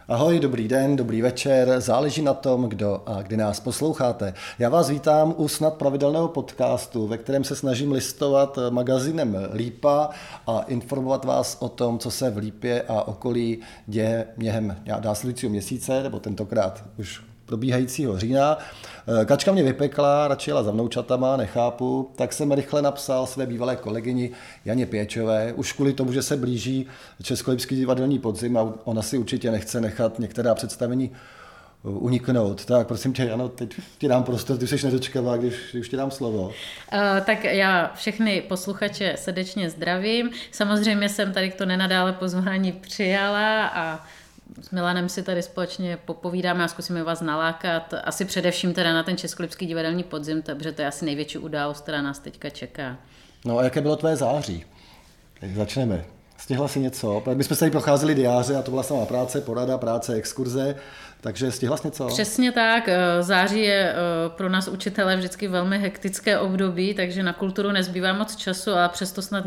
Ahoj, dobrý den, dobrý večer, záleží na tom, kdo a kdy nás posloucháte. Já vás vítám u snad pravidelného podcastu, ve kterém se snažím listovat magazínem Lípa a informovat vás o tom, co se v Lípě a okolí děje během následujícího měsíce, nebo tentokrát už probíhajícího října. Kačka mě vypekla, radši jela za vnoučatama, nechápu, tak jsem rychle napsal své bývalé kolegyni Janě Pěčové, už kvůli tomu, že se blíží Českolipský divadelní podzim a ona si určitě nechce nechat některá představení uniknout. Tak prosím tě, Jano, teď ti dám prostor, ty jsi nedočkavá, když už ti dám slovo. Tak já všechny posluchače srdečně zdravím. Samozřejmě jsem tady to nenadále pozvání přijala a s Milanem si tady společně popovídáme a zkusíme vás nalákat. Asi především teda na ten Českolipský divadelní podzim, protože to je asi největší událost, která nás teďka čeká. No a jaké bylo tvé září? Tak začneme. Stihla si něco? My jsme se tady procházeli diáře a to byla samá práce, porada, práce, exkurze, takže stihla jsi něco? Přesně tak. Září je pro nás učitele vždycky velmi hektické období, takže na kulturu nezbývá moc času, ale přesto snad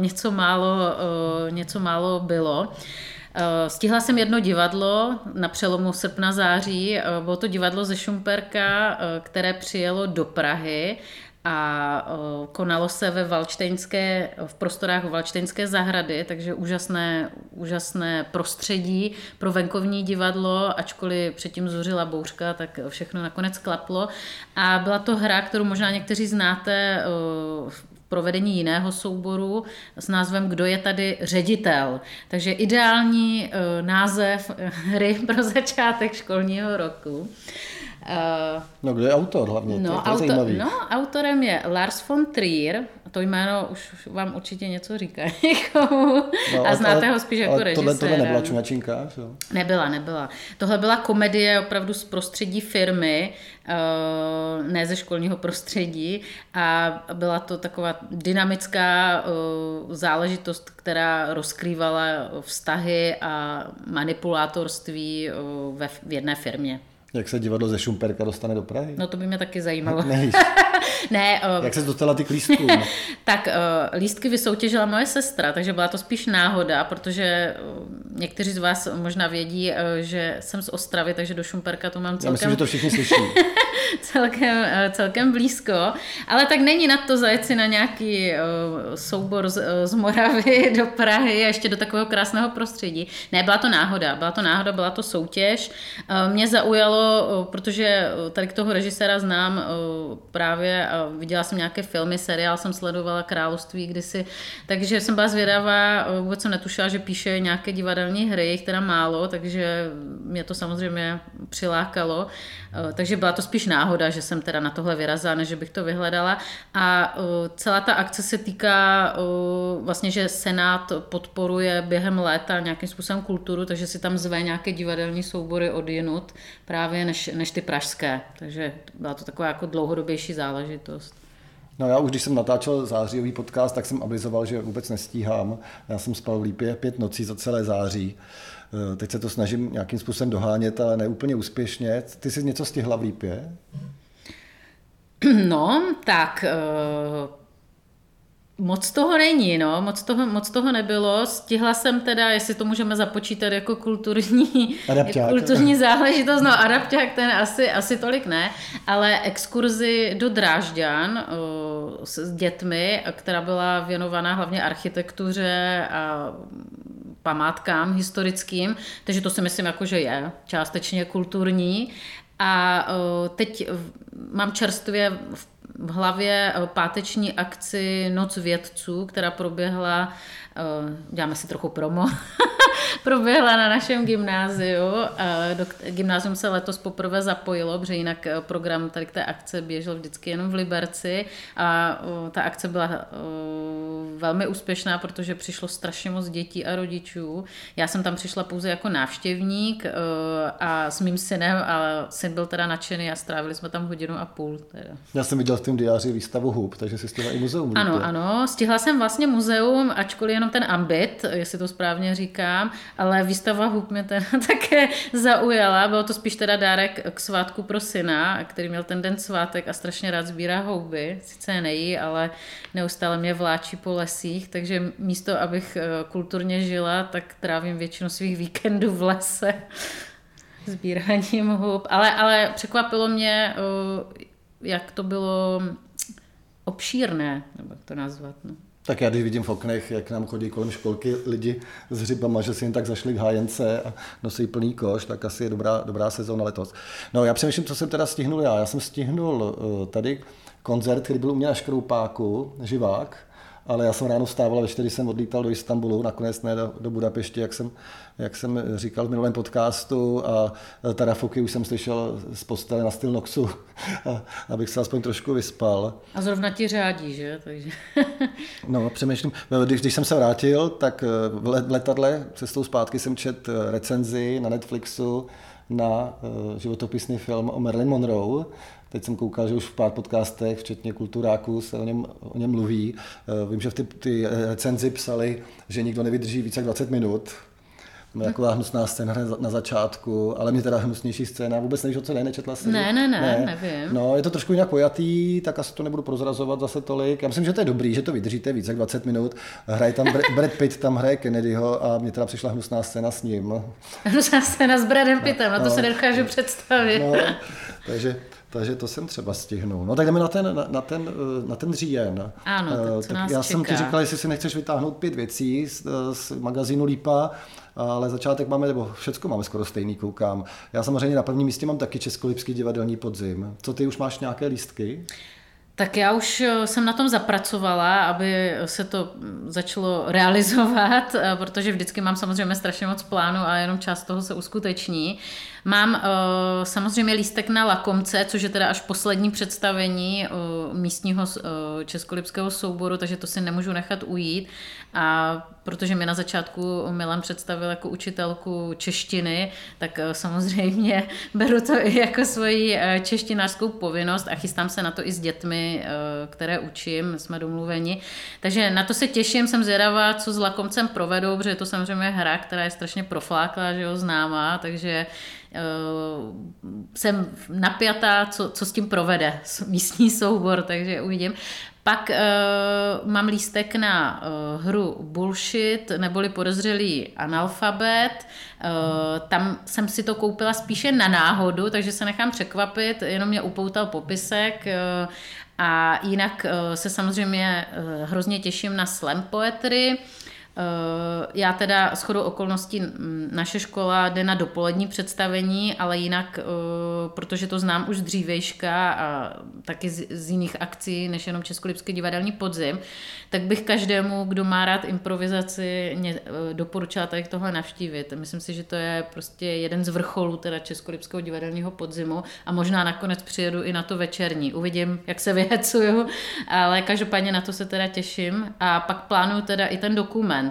něco málo bylo. Stihla jsem jedno divadlo na přelomu srpna září. Bylo to divadlo ze Šumperka, které přijelo do Prahy a konalo se v prostorách Valštejnské zahrady, takže úžasné prostředí pro venkovní divadlo, ačkoliv předtím zuřila bouřka, tak všechno nakonec klaplo. A byla to hra, kterou možná někteří znáte provedení jiného souboru s názvem Kdo je tady ředitel. Takže ideální název hry pro začátek školního roku. No, kdo je autor hlavně? To je zajímavý. No, autorem je Lars von Trier, to jméno už vám určitě něco říká. A znáte ho spíš jako režiséra. Tohle nebyla čunačinka? Nebyla. Tohle byla komedie opravdu z prostředí firmy, ne ze školního prostředí, a byla to taková dynamická záležitost, která rozkrývala vztahy a manipulátorství v jedné firmě. Jak se divadlo ze Šumperka dostane do Prahy? No to by mě taky zajímalo. Ne, jak se dostala ty k lístkům? Tak lístky vysoutěžila moje sestra, takže byla to spíš náhoda, protože někteří z vás možná vědí, že jsem z Ostravy, takže do Šumperka to mám celkem... Já myslím, že to všichni slyší. celkem blízko, ale tak není na to zajet si na nějaký soubor z Moravy do Prahy a ještě do takového krásného prostředí. Ne, byla to soutěž. Mě zaujalo, protože tady k toho režiséra znám právě a viděla jsem nějaké filmy, seriál jsem sledovala Království kdysi, takže jsem byla zvědavá, vůbec jsem netušila, že píše nějaké divadelní hry, jich teda málo, takže mě to samozřejmě přilákalo, takže byla to spíš náhoda, že jsem teda na tohle vyrazila, než bych to vyhledala, a celá ta akce se týká vlastně, že Senát podporuje během léta nějakým způsobem kulturu, takže si tam zve nějaké divadelní soubory odjinud právě než ty pražské, takže byla to taková jako dlouhodobější záležitost. No já už, když jsem natáčel zářijový podcast, tak jsem avizoval, že vůbec nestíhám. Já jsem spal v Lípě 5 nocí za celé září. Teď se to snažím nějakým způsobem dohánět, ale ne úplně úspěšně. Ty jsi něco stihla v Lípě? No, tak... Moc toho není, moc toho nebylo. Stihla jsem teda, jestli to můžeme započítat jako kulturní záležitost, no adapťák ten asi tolik ne, ale exkurzi do Drážďan s dětmi, která byla věnovaná hlavně architektuře a památkám historickým, takže to si myslím, jako, že je částečně kulturní. A teď mám čerstvě v hlavě páteční akci Noc vědců, která proběhla, děláme si trochu promo, proběhla na našem gymnáziu. Gymnázium se letos poprvé zapojilo, protože jinak program tady k té akce běžel vždycky jenom v Liberci a ta akce byla velmi úspěšná, protože přišlo strašně moc dětí a rodičů. Já jsem tam přišla pouze jako návštěvník a s mým synem, a syn byl teda nadšený a strávili jsme tam 1,5 hodiny. Teda. Já jsem viděl v tom diáři výstavu hub, takže si stihla i muzeum. Ano, stihla jsem vlastně muzeum, ačkoliv jenom ten ambit, jestli to správně říkám, ale výstava hub mě teda také zaujala. Bylo to spíš teda dárek k svátku pro syna, který měl ten den svátek a strašně rád sbírá houby. Sice je nejí, ale neustále mě vláčí po lesích, takže místo, abych kulturně žila, tak trávím většinu svých víkendů v lese. sbíráním hub. Ale překvapilo mě, jak to bylo obšírné, nebo jak to nazvat. No. Tak já když vidím v oknech, jak nám chodí kolem školky lidi s hřibama, že si jen tak zašli k hájence a nosí plný koš, tak asi je dobrá sezóna letos. No já přemýšlím, co jsem teda stihnul já. Já jsem stihnul tady koncert, který byl u mě na Škroupáku, živák, ale já jsem ráno vstával a ve 4 jsem odlítal do Istanbulu, nakonec ne do Budapešti, jak jsem říkal v minulém podcastu, a tarafuky už jsem slyšel z postele na styl Noxu, abych se aspoň trošku vyspal. A zrovna ti řádí, že? Takže... No, přemýšlím. Když jsem se vrátil, tak v letadle cestou zpátky jsem četl recenzi na Netflixu na životopisný film o Marilyn Monroe. Teď jsem koukal, že už v pár podcastech, včetně Kulturáků, se o něm mluví. Vím, že v ty recenzi psali, že nikdo nevydrží více jak 20 minut. Taková hnusná scéna na začátku, ale mě teda hnusnější scéna. Vůbec nevíš, o co jde, nečetla jsi? Ne, nevím. No, je to trošku jinak pojatý, tak asi to nebudu prozrazovat zase tolik. Já myslím, že to je dobrý, že to vydržíte více jak 20 minut. Hraje tam Brad Pitt, tam hraje Kennedyho a mě teda přišla hnusná scéna s ním. Hnusná scéna s Bradem Pittem, na to se nedokážu představit. No, takže to jsem třeba stihnul. No tak jdeme na ten říjen. Ano, tak tak já jsem ti říkal, jestli si nechceš vytáhnout 5 věcí z magazínu Lípa, ale začátek máme, nebo všecko máme skoro stejný, koukám. Já samozřejmě na prvním místě mám taky Českolipský divadelní podzim. Co ty, už máš nějaké lístky? Tak já už jsem na tom zapracovala, aby se to začalo realizovat, protože vždycky mám samozřejmě strašně moc plánu a jenom část toho se uskuteční. Mám samozřejmě lístek na Lakomce, což je teda až poslední představení místního českolipského souboru, takže to si nemůžu nechat ujít. A protože mi na začátku Milan představil jako učitelku češtiny, tak samozřejmě beru to i jako svoji češtinářskou povinnost a chystám se na to i s dětmi, které učím, jsme domluveni. Takže na to se těším, jsem zvědavá, co s Lakomcem provedou, protože je to samozřejmě hra, která je strašně profláklá, že jo, známá, takže jsem napjatá, co s tím provede místní soubor, takže uvidím. Pak mám lístek na hru Bullshit, neboli Podezřelý analfabet. Tam jsem si to koupila spíše na náhodu, takže se nechám překvapit, jenom mě upoutal popisek. A jinak se samozřejmě hrozně těším na slam poetry. Já teda shodou okolností naše škola jde na dopolední představení, ale jinak, protože to znám už z dřívejška a taky z jiných akcí, než jenom Českolipský divadelní podzim, tak bych každému, kdo má rád improvizaci, doporučila tady tohle navštívit. Myslím si, že to je prostě jeden z vrcholů teda Českolipského divadelního podzimu a možná nakonec přijedu i na to večerní. Uvidím, jak se vyhecuju, ale každopádně na to se teda těším a pak plánuju teda i ten dokument,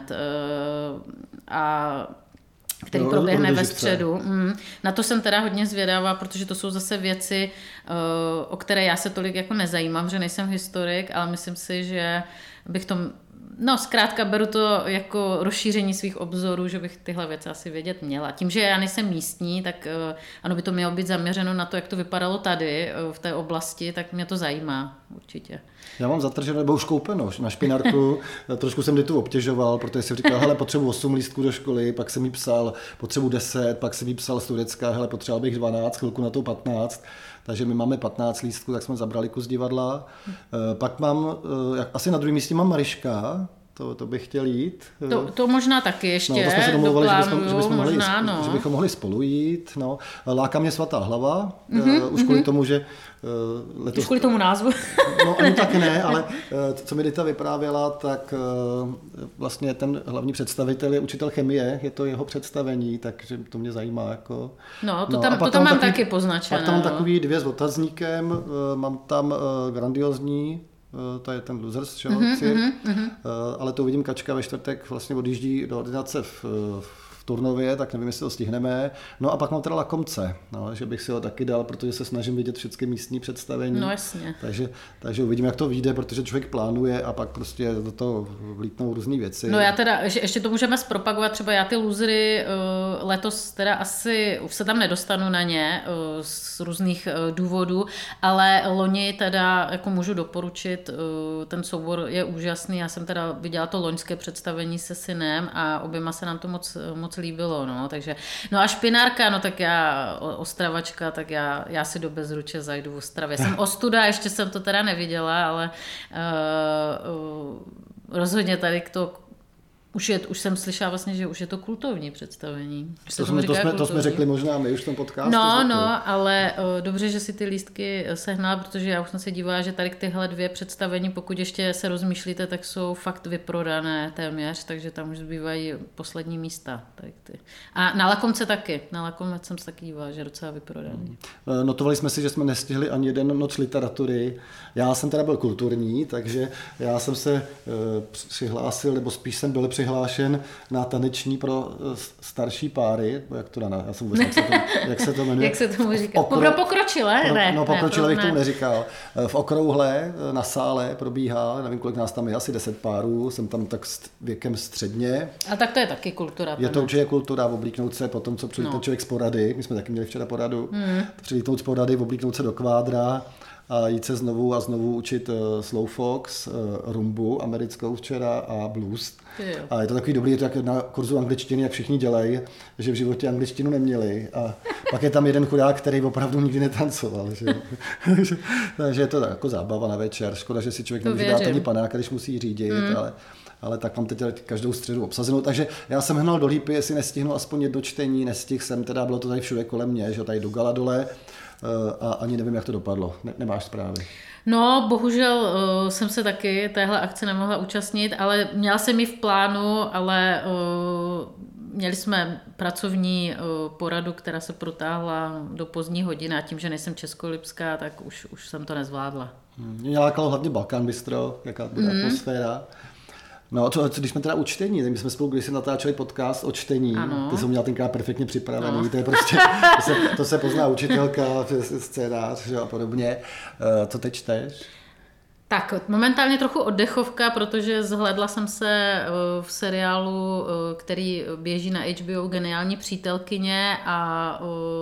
který proběhne ve středu. Na to jsem teda hodně zvědavá, protože to jsou zase věci, o které já se tolik jako nezajímám, že nejsem historik, ale myslím si, že bych to... No, zkrátka beru to jako rozšíření svých obzorů, že bych tyhle věci asi vědět měla. Tím, že já nejsem místní, tak ano, by to mělo být zaměřeno na to, jak to vypadalo tady v té oblasti, tak mě to zajímá určitě. Já mám zatrženou nebo už koupeno na špinárku, trošku jsem tu obtěžoval, protože jsem říkal, hele, potřebuji 8 lístků do školy, pak jsem jí psal, potřebuji 10, pak jsem jí psal z Turecka, hele, potřeboval bych 12, chvilku na to 15, takže my máme 15 lístků, tak jsme zabrali kus divadla. Pak mám, asi na druhém místě mám Mariška, to bych chtěl jít. To možná taky ještě. No, to jsme se domluvali, že bychom mohli spolu jít. No. Láká mě Svatá hlava, už kvůli tomu, že letos... Už kvůli tomu názvu. No ani tak ne, ale co mi Dita vyprávěla, tak vlastně ten hlavní představitel je učitel chemie, je to jeho představení, takže to mě zajímá. Jako. No, to tam mám taky poznačené. Pak tam mám takový 2 s otazníkem, mám tam grandiozní, to je ten Losers, ale to uvidím, Kačka ve čtvrtek vlastně odjíždí do ordinace v Turnově, tak nevím, jestli to stihneme. No a pak mám teda Lakomce, že bych si ho taky dal, protože se snažím vidět všechny místní představení. No jasně. Takže uvidím, jak to vyjde, protože člověk plánuje a pak prostě do toho vlítnou různé věci. No já teda, ještě to můžeme zpropagovat, třeba já ty losery letos teda asi už se tam nedostanu na ně z různých důvodů, ale loni teda jako můžu doporučit, ten soubor je úžasný, já jsem teda viděla to loňské představení se synem a oběma se nám to moc moc líbilo, no, takže, no a špinárka, no tak já, Ostravačka, tak já si do Bezruče zajdu v Ostravě. Jsem ostuda, ještě jsem to teda neviděla, ale rozhodně tady už jsem slyšela vlastně, že už je to kultovní představení. To jsme řekli možná my už v tom podcastu. No, ale dobře, že si ty lístky sehnala, protože já už jsem se dívala, že tady tyhle 2 představení, pokud ještě se rozmýšlíte, tak jsou fakt vyprodané téměř, takže tam už zbývají poslední místa. Tady ty. A na Lakomce taky. Na Lakomce jsem se taky dívala, že je docela vyprodaný. Notovali jsme si, že jsme nestihli ani jeden noc literatury. Já jsem teda byl kulturní, takže já jsem se přihlásil, nebo spíš jsem byl přihlášen na taneční pro starší páry, jak to dá, já jsem vůbec, jak se to jmenuje? Jak se tomu říká? Pokročilé? Pokročilé bych tomu neříkal. V Okrouhle na sále probíhá, nevím, kolik nás tam je, asi 10 párů, jsem tam tak věkem středně. A tak to je taky kultura. Je to určitě kultura, oblíknout se po tom, co přijde člověk z porady, my jsme taky měli včera poradu, přilítnout z porady, oblíknout se do kvádra, a jít se znovu a znovu učit Slow Fox, rumbu americkou včera a blues. A je to takový dobrý, je to jak na kurzu angličtiny, jak všichni dělají, že v životě angličtinu neměli. A pak je tam jeden chudák, který opravdu nikdy netancoval. Že? Takže je to tak jako zábava na večer. Škoda, že si člověk nemůže dát ani panáka, když musí řídit, ale tak mám teď každou středu obsazenou. Takže já jsem hnal do Lípy, jestli nestihnu aspoň jedno čtení, nestihl jsem, teda bylo to tady všude kolem mě, že tady do Gala dole. A ani nevím, jak to dopadlo. Nemáš zprávy? No, bohužel jsem se taky téhle akce nemohla účastnit, ale měla jsem ji v plánu, ale měli jsme pracovní poradu, která se protáhla do pozdní hodiny a tím, že nejsem českolipská, tak už jsem to nezvládla. Mě lákalo hlavně Balkán Bistro, jaká bude atmosféra. No, když jsme teda u čtení, tak my jsme spolu kdysi natáčeli podcast o čtení, ty jsem měl tenkrát perfektně připravený, to je prostě, to se pozná učitelka, scénář a podobně. Co teď čteš? Tak momentálně trochu oddechovka, protože zhlédla jsem se v seriálu, který běží na HBO, Geniální přítelkyně a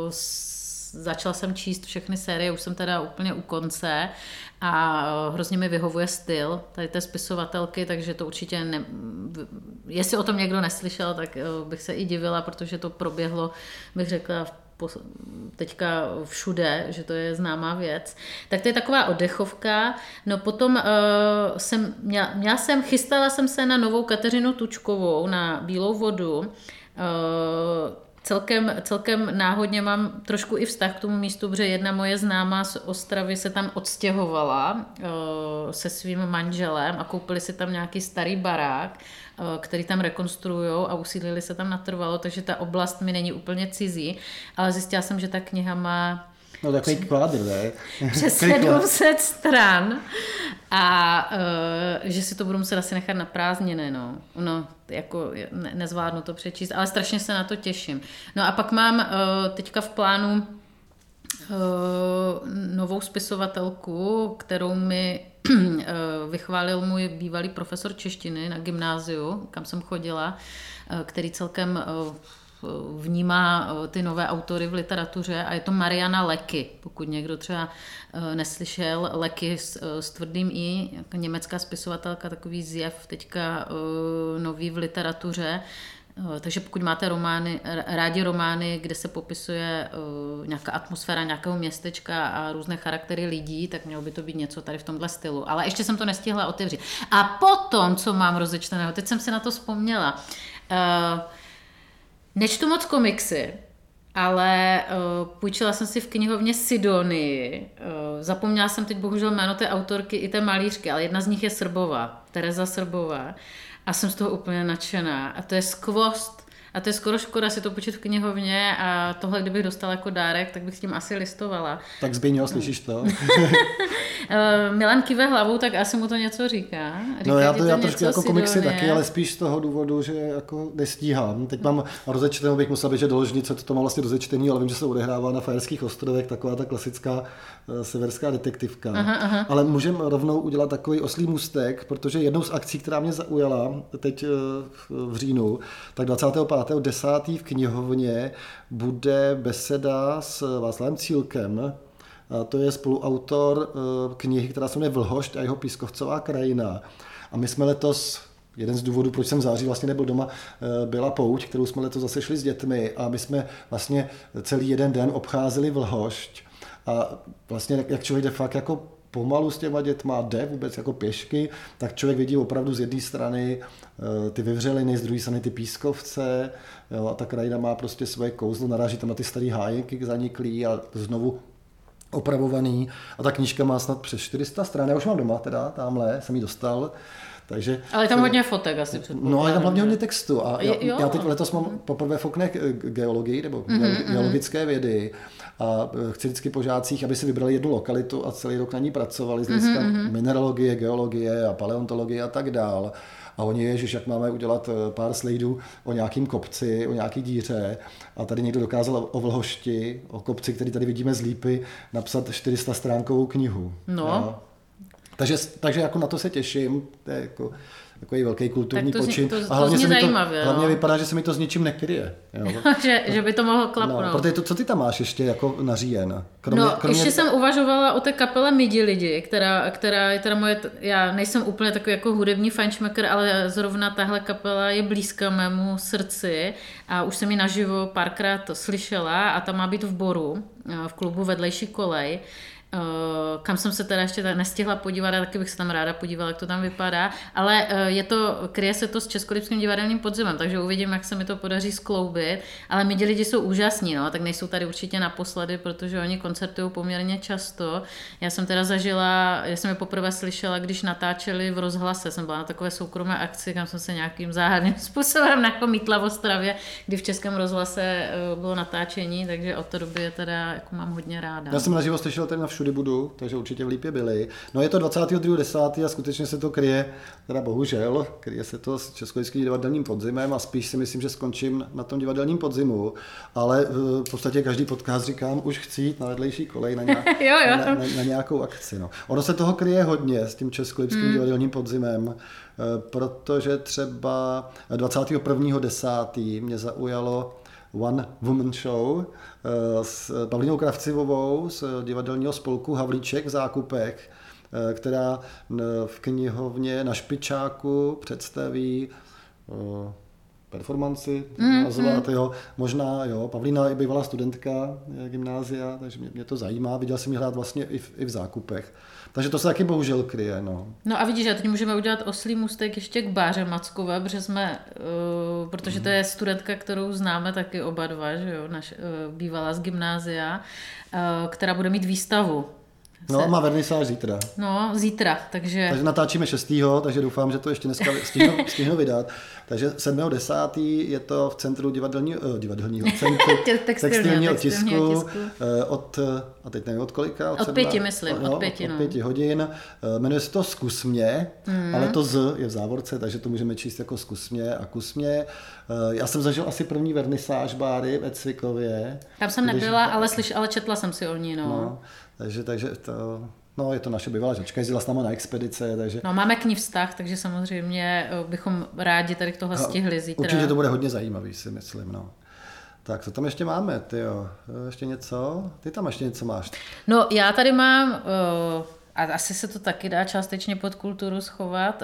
začala jsem číst všechny série, už jsem teda úplně u konce a hrozně mi vyhovuje styl tady té spisovatelky, takže to určitě jestli o tom někdo neslyšel, tak bych se i divila, protože to proběhlo, bych řekla, teďka všude, že to je známá věc. Tak to je taková oddechovka. No potom chystala jsem se na novou Kateřinu Tučkovou, na Bílou vodu. Celkem náhodně mám trošku i vztah k tomu místu, protože jedna moje známá z Ostravy se tam odstěhovala se svým manželem a koupili si tam nějaký starý barák, který tam rekonstruujou a usídlili se tam natrvalo, takže ta oblast mi není úplně cizí, ale zjistila jsem, že ta kniha má takový kvádr, ne? Přes 700 stran a že si to budu muset asi nechat na prázdniny, no jako nezvládnu to přečíst, ale strašně se na to těším. No a pak mám teďka v plánu novou spisovatelku, kterou mi vychválil můj bývalý profesor češtiny na gymnáziu, kam jsem chodila, který celkem vnímá ty nové autory v literatuře a je to Mariana Leky, pokud někdo třeba neslyšel, Leky s tvrdým I, jako německá spisovatelka, takový zjev teďka nový v literatuře. Takže pokud máte rádi romány, kde se popisuje nějaká atmosféra nějakého městečka a různé charaktery lidí, tak mělo by to být něco tady v tomhle stylu. Ale ještě jsem to nestihla otevřít. A potom, co mám rozečteného, teď jsem si na to vzpomněla, nečtu moc komiksy, ale půjčila jsem si v knihovně Sidonii. Zapomněla jsem teď bohužel jméno té autorky i té malířky, ale jedna z nich je Srbová, Tereza Srbová. A jsem z toho úplně nadšená. A to je Skvost. A to je skoro škoda si to počít v knihovně a tohle, kdybych dostala jako dárek, tak bych s tím asi listovala. Tak Zbyňo, slyšíš to? Milan kýve hlavou, tak asi mu to něco říká. No já trošku jako komiksy taky, ale spíš z toho důvodu, že jako nestíhám. Teď mám rozečtenou, bych musel běžet do ložnice, to mám vlastně rozečtený, ale vím, že se odehrává na Fajerských ostrovech, taková ta klasická severská detektivka. Aha. Ale můžeme rovnou udělat takový oslý můstek, protože jednou z akcí, která mě zaujala teď v říjnu, tak 25.10. v knihovně bude beseda s Václavem Cílkem. A to je spoluautor knihy, která se jmenuje Vlhošť a jeho pískovcová krajina. A my jsme letos jeden z důvodů, proč jsem v září vlastně nebyl doma, byla pouť, kterou jsme letos zase šli s dětmi a my jsme vlastně celý jeden den obcházeli Vlhošť a vlastně jak člověk jde fakt jako pomalu s těma dětma, jde vůbec jako pěšky, tak člověk vidí opravdu z jedné strany ty vyvřeliny, z druhé strany ty pískovce, jo, a ta krajina má prostě svoje kouzlo, naráží tam na ty starý hájenky zaniklý a znovu opravovaný a ta knížka má snad přes 400 stran, já už mám doma teda, tamhle jsem ji dostal. Takže, ale je tam hodně fotek asi předpokládám. No, ale tam hlavně hodně textu a já teď letos mám poprvé v oknech geologii nebo geologické vědy a chci vždycky po žácích, aby si vybrali jednu lokalitu a celý rok na ní pracovali z hlediska mineralogie, geologie a paleontologie a tak dál. A oni, ježiš, jak máme udělat pár slajdů o nějakým kopci, o nějaký díře a tady někdo dokázal o Vlhošti, o kopci, který tady vidíme z Lípy, napsat 400 stránkovou knihu. No. Ja. Takže jako na to se těším, to je jako takový velký kulturní počin. A hlavně vypadá, že se mi to s ničím nekryje. že by to mohlo klapnout. No, protože co ty tam máš ještě jako na říjen? Ještě jsem uvažovala o té kapele Midi lidi, která je teda moje, já nejsem úplně takový jako hudební fajnšmekr, ale zrovna tahle kapela je blízká mému srdci a už jsem ji naživo párkrát slyšela a ta má být v Boru, v klubu Vedlejší kolej. Kam jsem se teda ještě nestihla podívat, a taky bych se tam ráda podívala, jak to tam vypadá, ale kryje se to s Českolipským divadelním podzemem, takže uvidím, jak se mi to podaří skloubit, ale Midi lidi jsou úžasní, no, tak nejsou tady určitě naposledy, protože oni koncertují poměrně často. Já jsem je poprvé slyšela, když natáčeli v rozhlase, jsem byla na takové soukromé akci, kam jsem se nějakým záhadným způsobem nakomítla v Ostravě, kdy v Českém rozhlase bylo natáčení, takže od té doby je teda jako mám hodně ráda. Já jsem naživo slyšela tady na Všudy budu, takže určitě v Lípě byli. No je to 22.10. a skutečně se to kryje, teda bohužel, kryje se to s Českolipským divadelním podzimem a spíš si myslím, že skončím na tom divadelním podzimu, ale v podstatě každý podcast říkám, už chci jít na Vedlejší kolej na nějakou akci. No. Ono se toho kryje hodně s tím Českolipským divadelním podzimem, protože třeba 21.10. mě zaujalo One Woman Show s Pavlínou Kravcivovou z divadelního spolku Havlíček v Zákupech, která v knihovně na Špičáku představí performanci, nazvat, jo. Možná, jo, Pavlína je bývalá studentka gymnázia, takže mě to zajímá, viděl jsem ji hrát vlastně i v Zákupech. Takže to se taky bohužel kryje, no. No a vidíš, že teď můžeme udělat oslý můstek ještě k Báře Mackové, protože to je studentka, kterou známe taky oba dva, že jo, bývalá z gymnázia, která bude mít výstavu. No, má vernisáž zítra. No, zítra, takže natáčíme 6. takže doufám, že to ještě dneska stihnu vydat. Takže 7.10. je to v centru divadelního centru textilního tisku a teď nevím od kolika? Od 5, myslím. Od 5 hodin. Jmenuje se to Zkus mě, ale to Z je v závorce, takže to můžeme číst jako Zkus mě a Kus mě. Já jsem zažil asi první vernisáž Báry ve Cvikově. Tam jsem nebyla, ale četla jsem si o ní, no. Takže to, no, je to naše bývalá žačka, jezdila s náma na expedice, takže... No, máme k ní vztah, takže samozřejmě bychom rádi tady tohle stihli zítra. Určitě to bude hodně zajímavý, si myslím, no. Tak, co tam ještě máme, tyjo? Ještě něco? Ty tam ještě něco máš? No, já tady mám... A asi se to taky dá částečně pod kulturu schovat.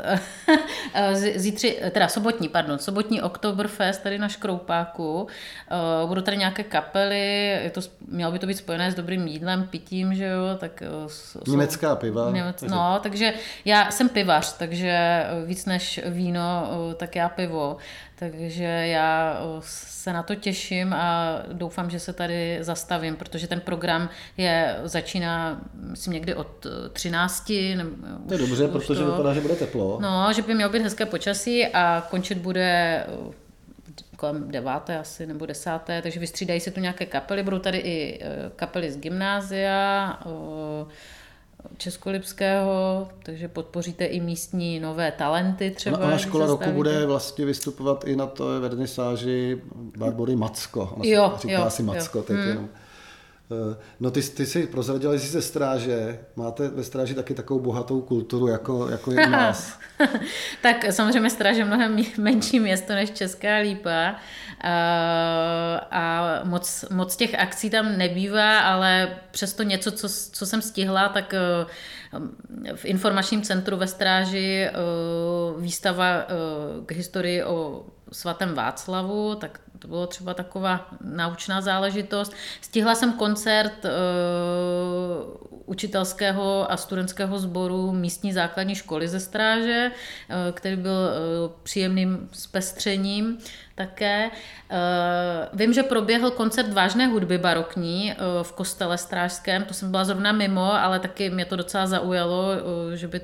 Sobotní Oktoberfest tady na Škroupáku. Budou tady nějaké kapely, mělo by to být spojené s dobrým jídlem, pitím, že jo, tak... Německá piva. Takže já jsem pivař, takže víc než víno, tak já pivo. Takže já se na to těším a doufám, že se tady zastavím, protože ten program začíná myslím někdy od 13. To je dobře, protože vypadá, že bude teplo. No, že by mělo být hezké počasí a končit bude kolem 9. asi nebo 10. Takže vystřídají se tu nějaké kapely, budou tady i kapely z gymnázia, Českolipského, takže podpoříte i místní nové talenty třeba. Ona škola roku bude vlastně vystupovat i na té vernisáži Barbory Macko. Ona říká asi Macko teď jenom. No ty si prozradila, že jsi ze Stráže. Máte ve Stráži taky takovou bohatou kulturu, jako je u nás. Tak samozřejmě Stráž je mnohem menší město než Česká Lípa a moc těch akcí tam nebývá, ale přesto něco, co jsem stihla, tak v informačním centru ve Stráži výstava k historii o svatém Václavu, tak to bylo třeba taková naučná záležitost. Stihla jsem koncert učitelského a studentského sboru místní základní školy ze Stráže, který byl příjemným zpestřením také. Vím, že proběhl koncert vážné hudby barokní v kostele strážském, to jsem byla zrovna mimo, ale taky mě to docela zaujalo, že by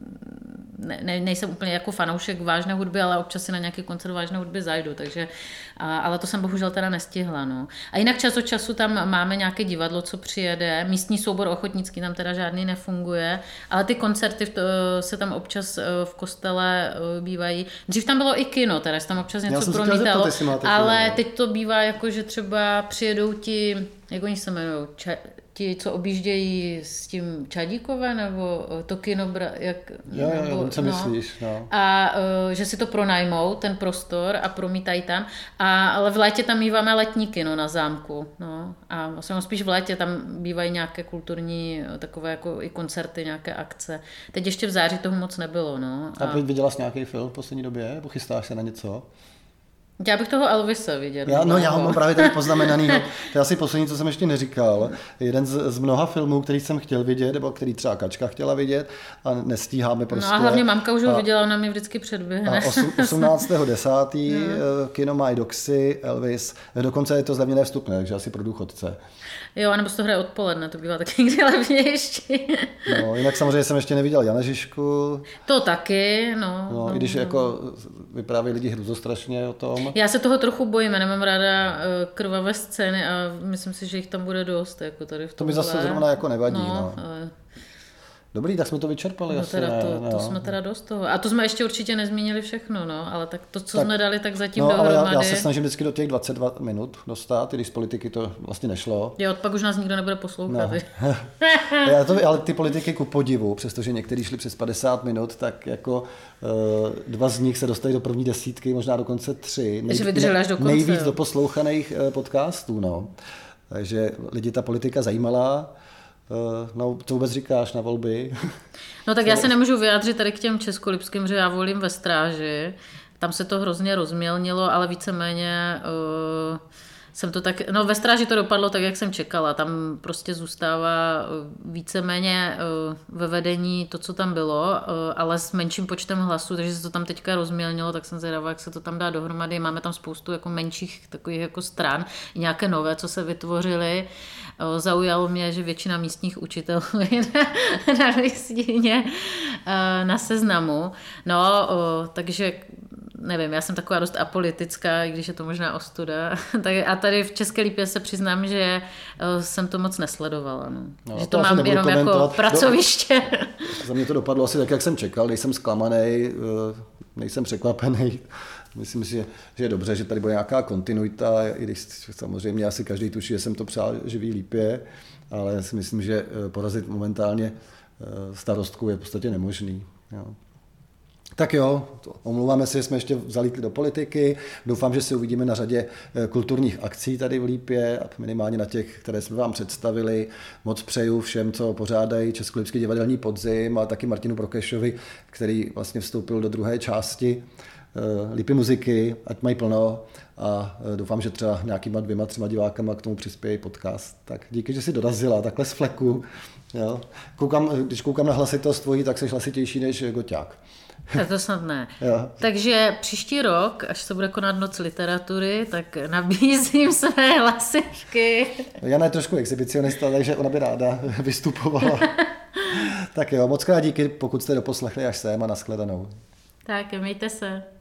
nejsem úplně jako fanoušek vážné hudby, ale občas si na nějaký koncert vážné hudby zajdu, takže, ale to jsem bohužel teda nestihla. No. A jinak čas od času tam máme nějaké divadlo, co přijede, místní soubor ochotnický tam teda žádný nefunguje, ale ty koncerty se tam občas v kostele bývají. Dřív tam bylo i kino, teda se tam občas něco promítalo, ale teď to bývá jako, že třeba přijedou ti, jak oni se jmenují, ti, co objíždějí s tím Čadíkové, nebo to kino, co myslíš, no. A že si to pronajmou, ten prostor a promítají tam, ale v létě tam míváme letní kino na zámku, no. A vlastně spíš v létě tam bývají nějaké kulturní, takové jako i koncerty, nějaké akce. Teď ještě v září toho moc nebylo, no. A viděla jsi nějaký film v poslední době? Nebo chystáš se na něco? Já bych toho Elvise viděl. Já ho mám právě tady poznamenaný. To je asi poslední, co jsem ještě neříkal. Jeden z mnoha filmů, který jsem chtěl vidět, nebo který třeba Kačka chtěla vidět a nestíháme prostě. No a hlavně mamka už ho viděla, ona mě vždycky předběhne. 18.10. kino Maj Doxy, Elvis. Dokonce je to zlevněné vstupné, takže asi pro důchodce. Jo, nebo se to hraje odpoledne, to bývá taky někdy levnější. No, jinak samozřejmě jsem ještě neviděl Jana Žižku. To taky, no. I když jako vyprávějí lidi hruzostrašně o tom. Já se toho trochu bojím, já nemám ráda krvavé scény a myslím si, že jich tam bude dost. Jako tady v to mi zase zrovna jako nevadí. No. Dobrý, tak jsme to vyčerpali. No teda to jsme teda dost toho. A to jsme ještě určitě nezmínili všechno, no, ale tak to, co jsme dali, tak zatím dohromady. Ale já se snažím vždycky do těch 22 minut dostat, i když z politiky to vlastně nešlo. Jo, pak už nás nikdo nebude poslouchat. No. Ale ty politiky ku podivu, přestože někteří šli přes 50 minut, tak jako 2 z nich se dostali do první desítky, možná dokonce 3. Takže vydrželi až do konce. Nejvíc do poslouchaných podcastů, no. Takže lidi ta politika zajímala. No, co vůbec říkáš na volby? No tak já se nemůžu vyjádřit tady k těm českolipským, že já volím ve Stráži. Tam se to hrozně rozmělnilo, ale víceméně jsem to tak... No ve Stráži to dopadlo tak, jak jsem čekala. Tam prostě zůstává víceméně ve vedení to, co tam bylo, ale s menším počtem hlasů, takže se to tam teďka rozmělnilo, tak jsem zvědavá, jak se to tam dá dohromady. Máme tam spoustu jako menších takových jako stran, nějaké nové, co se vytvořily. Zaujalo mě, že většina místních učitelů je na listině, na seznamu. No, takže nevím, já jsem taková dost apolitická, i když je to možná ostuda. A tady v České Lípě se přiznám, že jsem to moc nesledovala. No, že to mám jenom jako pracoviště. Za mě to dopadlo asi tak, jak jsem čekal. Nejsem zklamaný, nejsem překvapený. Myslím si, že je dobře, že tady bude nějaká kontinuita, i když samozřejmě asi každý tuší, že jsem to přál živý Lípě, ale já si myslím, že porazit momentálně starostku je v podstatě nemožný. Jo. Tak jo, omlouváme se, že jsme ještě zalítli do politiky. Doufám, že se uvidíme na řadě kulturních akcí tady v Lípě, minimálně na těch, které jsme vám představili. Moc přeju všem, co pořádají Českolipský divadelní podzim, a taky Martinu Prokešovi, který vlastně vstoupil do druhé části Lípy muziky, ať mají plno, a doufám, že třeba nějakýma 2-3 divákama k tomu přispějí podcast. Tak díky, že jsi dorazila takhle z fleku. Jo. Když koukám na hlasitost tvojí, tak jsi hlasitější než Goťák. To snad ne. Jo. Takže příští rok, až se bude konat Noc literatury, tak nabízím své hlasivky. Jana je trošku exhibicionista, takže ona by ráda vystupovala. Tak jo, moc krát díky, pokud jste doposlechli až sem, a nashledanou. Tak, mějte se.